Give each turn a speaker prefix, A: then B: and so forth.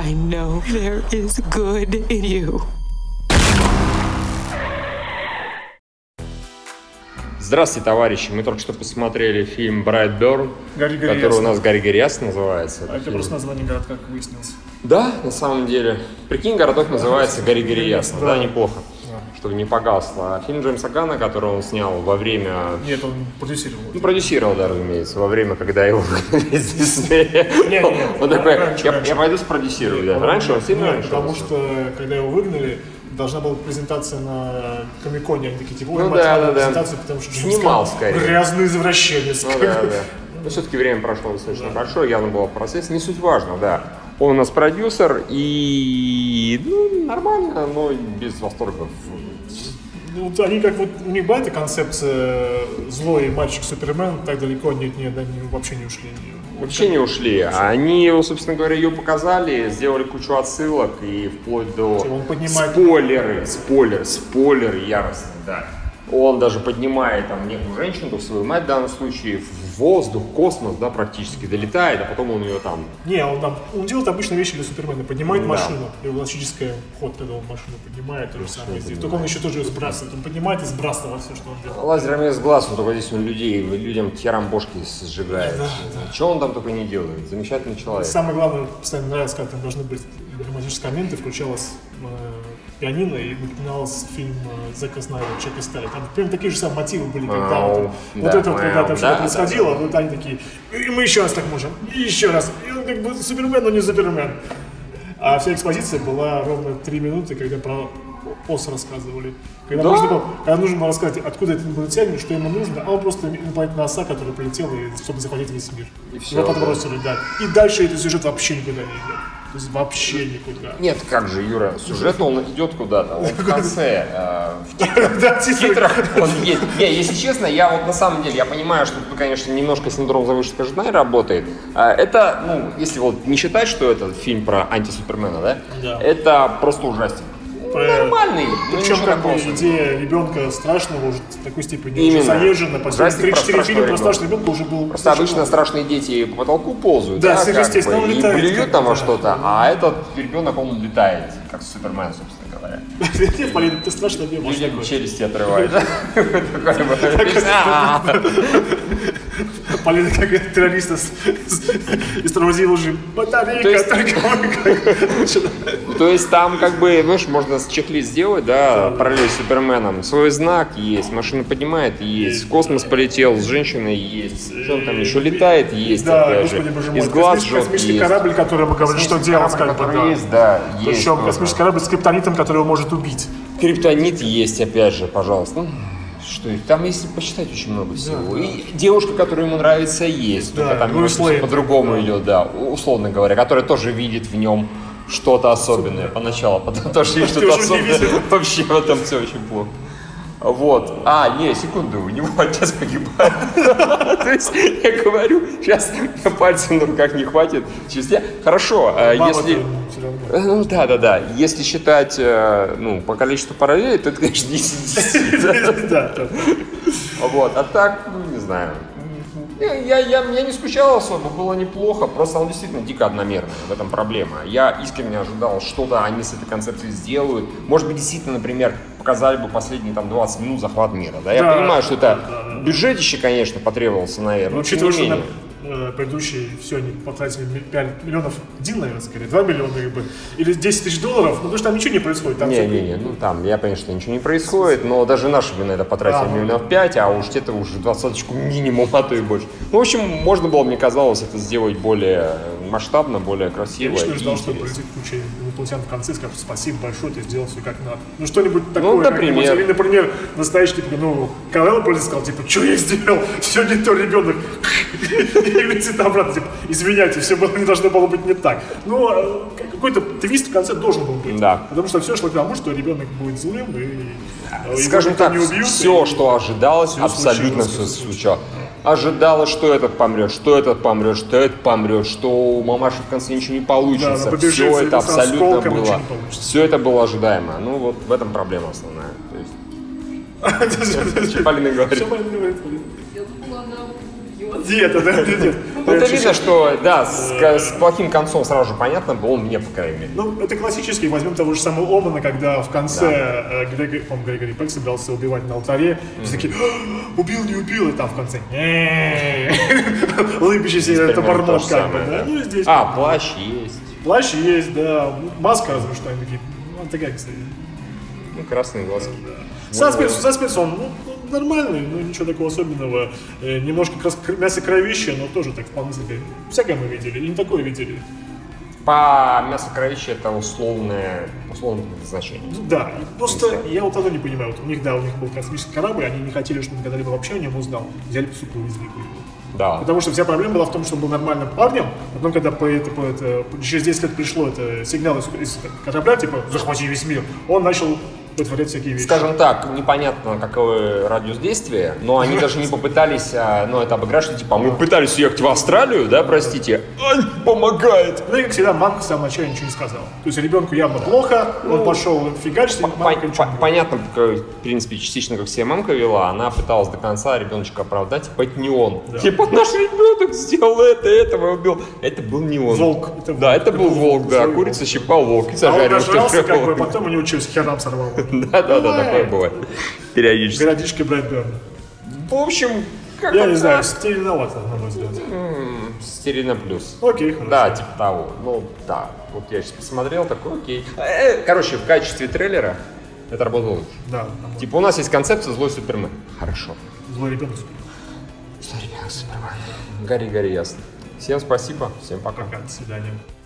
A: I know there is good in you.
B: Здравствуйте, товарищи. Мы только что посмотрели фильм «Брайтберн», который у нас «Гори-гори ясно» называется.
C: А это просто название городка, как выяснилось.
B: Да, на самом деле. Прикинь, городок называется «Гори-гори ясно». Да, неплохо. Чтобы не погасло. А фильм Джеймса Ганна, который он снял во время...
C: Нет, он продюсировал.
B: Ну, продюсировал, да, разумеется, во время, когда его выгнали из Диснея.
C: Нет.
B: Он такой, я пойду спродюсирую. Да. Раньше он сильно раньше?
C: Потому что, когда его выгнали, должна была презентация на Комик-Коне. Они такие, типа, ой, презентацию, потому что
B: снимал, скорее.
C: Грязный извращенец.
B: Ну, да. Но все-таки время прошло достаточно большое, явно было процесс. Не суть важно, да. Он у нас продюсер и, нормально, но без восторгов.
C: Ну, они как вот, у них была эта концепция злой мальчик Супермен, так далеко они вообще не ушли.
B: Вообще не ушли. Они, собственно говоря, ее показали, сделали кучу отсылок и вплоть до спойлеры яростные, да. Он даже поднимает там некую женщину, свою мать в данном случае, в воздух, космос, да, практически долетает, а потом он ее там...
C: Не, он делает обычные вещи для Супермена, поднимает машину, его классический ход, когда он машину поднимает, то же самое здесь. Только он еще тоже ее сбрасывает, он поднимает и сбрасывает все, что он делает.
B: Лазерами из глаз, он только здесь он людям херам бошки сжигает. Да. Чего он там только не делает, замечательный человек.
C: Самое главное, постоянно нравится, когда там должны быть драматические моменты, включалась пианино и начинался фильм Зека Снайдера «Чек и Стали». Там прям такие же самые мотивы были, когда когда там что-то происходило, вот они такие, и мы еще раз так можем, и еще раз, и он как бы Супермен, но не Супермен. А вся экспозиция была ровно 3 минуты, когда про ОС рассказывали. Когда нужно было рассказать, откуда этот инопланетянин, что ему нужно, а он просто инопланетная оса, которая полетела, чтобы захватить весь мир. И все. Его подбросили, да. И дальше этот сюжет вообще никуда не идет. То есть вообще никуда.
B: Нет, как же, Юра, сюжет он идет куда-то. Он в конце, в титрах он есть. Не, если честно, я вот на самом деле, я понимаю, что тут, конечно, немножко синдром завышенного ожидания работает. Это, если вот не считать, что это фильм про антисупермена, да? Это просто ужастик. Нормальный.
C: Причем как бы идея ребенка страшного уже в такой степени уже заезжена. Последние 3-4 фильма про страшного ребенка уже был.
B: Просто обычно страшные дети по потолку ползают,
C: да, сверхъестественно,
B: и блюют там во что-то, а этот ребенок, он летает, как Супермен, собственно говоря.
C: Нет, Полина, ты страшно не можешь.
B: Людям челюсти отрывает.
C: Полина как террорист из тормозила уже батарейка.
B: То есть там как бы, знаешь, можно с чек-лист сделать, да, параллель с Суперменом. Свой знак есть, машина поднимает, есть, в космос полетел, с женщиной есть, что он там еще летает, есть, опять же, из глаз жжет, есть.
C: Космический корабль, который мы говорим, что делать, как бы, да.
B: Есть, да, есть.
C: Причем космический корабль с криптонитом, который его может убить.
B: Криптонит есть, опять же, пожалуйста. Что там, если почитать, очень много всего. Да. И девушка, которая ему нравится, есть.
C: Да,
B: только там немножко по-другому идет, да, условно говоря, которая тоже видит в нем что-то особенное поначалу, потом тоже видит что-то особенное. Вообще в этом все очень плохо. Вот. Секунду, у него отец погибает. То есть, я говорю, сейчас пальцев на руках не хватит. Хорошо, если... Да. Если считать, по количеству параллелей, то это, конечно, 10. Вот. А так, не знаю. Я не скучал особо, было неплохо, просто он действительно дико одномерный, в этом проблема. Я искренне ожидал, что-то они с этой концепцией сделают. Может быть, действительно, например, показали бы последние 20 минут захват мира. Да? Я понимаю, что это бюджетище, конечно, потребовался, наверное.
C: Учитывая, что предыдущие все они потратили 5 миллионов, 2 миллиона, или 10 тысяч долларов, потому что там ничего не происходит. Там
B: там, конечно, ничего не происходит, но даже наши бы на это потратили миллионов 5, а уж это уже 20-очку минимум, а то и больше. В общем, можно было, мне казалось, это сделать более масштабно, более красиво.
C: Я лично ждал, что полетит куча инопланетян в конце, скажут, спасибо большое, ты сделал все как надо. Что-нибудь такое,
B: например.
C: Или, например, настоящий, когда он сказал, что я сделал, все не то, ребенок, и летит обратно, извиняйте, все не должно было быть не так. Но какой-то твист в конце должен был быть.
B: Да.
C: Потому что все шло к тому, что ребенок будет злым, и
B: скажем так, все, что ожидалось, абсолютно все случилось. Ожидалось, что этот помрет, что этот помрет, что этот помрет, что у мамаши в конце ничего не получится. Да, все это абсолютно было. Все это было ожидаемо. Вот в этом проблема основная. Что Полина говорит?
D: Я думала, она убьет
C: Нет, нет.
B: Ну, это видно, что, да, с плохим концом сразу же понятно было мне, по крайней мере.
C: Ну, это классический. Возьмем того же самого Омана, когда в конце Грегори Пек собирался убивать на алтаре. Все такие, убил, не убил, и там в конце улыбящийся топорнот как бы, да? Ну, и здесь...
B: плащ есть.
C: Плащ есть, да. Маска разве что, они такие, ну, такая, кстати.
B: Ну, красные глазки.
C: Саспенс он нормальный, но ничего такого особенного. Немножко мясо кровища, но тоже так вполне себе. Всякое мы видели, и не такое видели.
B: По мясо кровища это условное значение.
C: Да, просто я вот тогда не понимаю. Вот у них был космический корабль, они не хотели, чтобы он когда-либо вообще о нем узнал. Взяли, по сути, увезли его.
B: Да.
C: Потому что вся проблема была в том, что он был нормальным парнем, потом, когда через 10 лет пришло это сигнал из корабля, типа, захвати весь мир, он начал вытворять всякие вещи.
B: Скажем так, непонятно, какой радиус действия, но они даже не попытались, это обыграть, что типа, мы пытались уехать в Австралию, да, простите, помогает.
C: Ну и, как всегда, мамка в самом начале ничего не сказала. То есть ребенку явно плохо, он пошел фигачить, мамка ничего не говорит.
B: Понятно, в принципе, частично, как себя мамка вела, она пыталась до конца ребеночка оправдать, типа, это не он. Да. Типа, наш ребенок сделал этого убил. Это был не он.
C: Волк.
B: Это был волк, да, курица щипал волк и зажаривал.
C: А он нажрался, как бы, потом у него что, херам сорвал.
B: Да, такое бывает. Периодически.
C: Периодически Брэд Берн.
B: В общем,
C: я не знаю, стерильновато, на мой взгляд.
B: Стерильно плюс.
C: Окей, хорошо.
B: Да, типа того. Ну, да. Вот я сейчас посмотрел, такой, окей. Короче, в качестве трейлера это работало лучше.
C: Да.
B: Типа у нас есть концепция «Злой Супермен». Хорошо.
C: Злой ребенок.
B: Злой ребенок Супермен. Гори, ясно. Всем спасибо, всем пока.
C: Пока, до свидания.